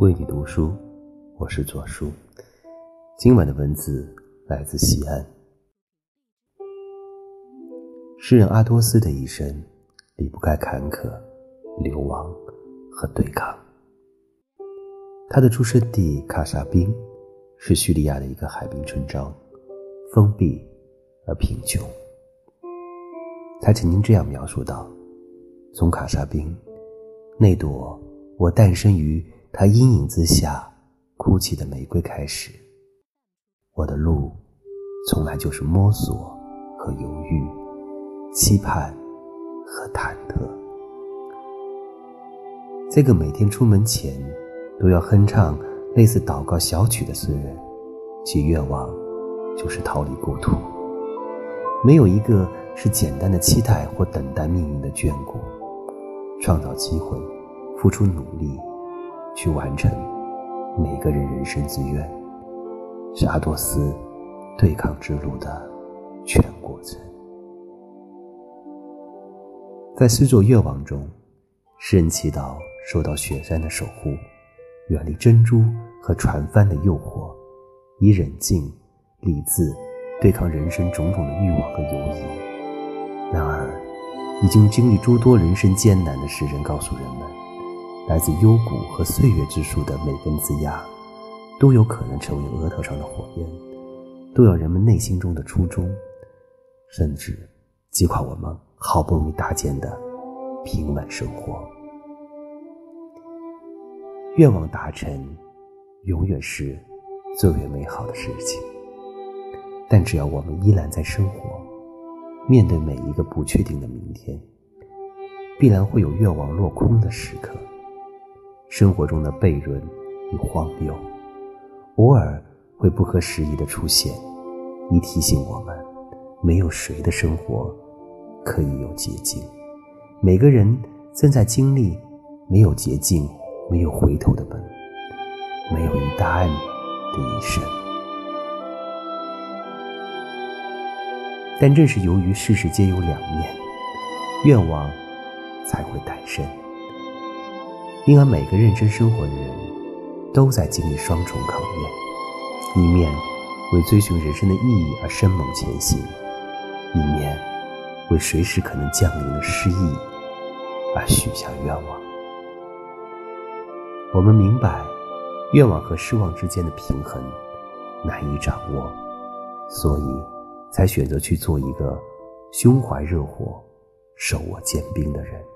为你读书，我是左叔。今晚的文字来自西安。诗人阿多斯的一生离不开坎坷、流亡和对抗。他的出生地卡萨宾是叙利亚的一个海滨村庄，封闭而贫穷。他曾经这样描述道：从卡萨宾那朵我诞生于他阴影之下哭泣的玫瑰开始，我的路从来就是摸索和犹豫，期盼和忐忑。这个每天出门前都要哼唱类似祷告小曲的诗人，其愿望就是逃离故土。没有一个是简单的期待或等待命运的眷顾，创造机会，付出努力去完成每个人人生之愿，是阿多斯对抗之路的全过程。在诗作《愿望》中，诗人祈祷受到雪山的守护，远离珍珠和船帆的诱惑，以冷静理智对抗人生种种的欲望和犹疑。然而已经经历诸多人生艰难的诗人告诉人们，来自幽谷和岁月之树的每根枝桠都有可能成为额头上的火焰，都有人们内心中的初衷，甚至击垮我们好不容易搭建的平稳生活。愿望达成永远是最为美好的事情，但只要我们依然在生活，面对每一个不确定的明天，必然会有愿望落空的时刻。生活中的悖论与荒谬偶尔会不合时宜地出现，以提醒我们，没有谁的生活可以有捷径。每个人正在经历没有捷径、没有回头的本，没有一答案的一生。但正是由于世事皆有两面，愿望才会诞生。因而每个认真生活的人都在经历双重考验，一面为追寻人生的意义而生猛前行，一面为随时可能降临的失意而许下愿望。我们明白愿望和失望之间的平衡难以掌握，所以才选择去做一个胸怀热火、手握坚冰的人。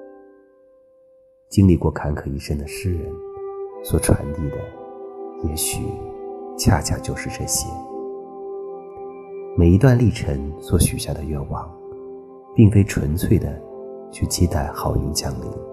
经历过坎坷一生的诗人所传递的，也许恰恰就是这些。每一段历程所许下的愿望，并非纯粹的去期待好运降临，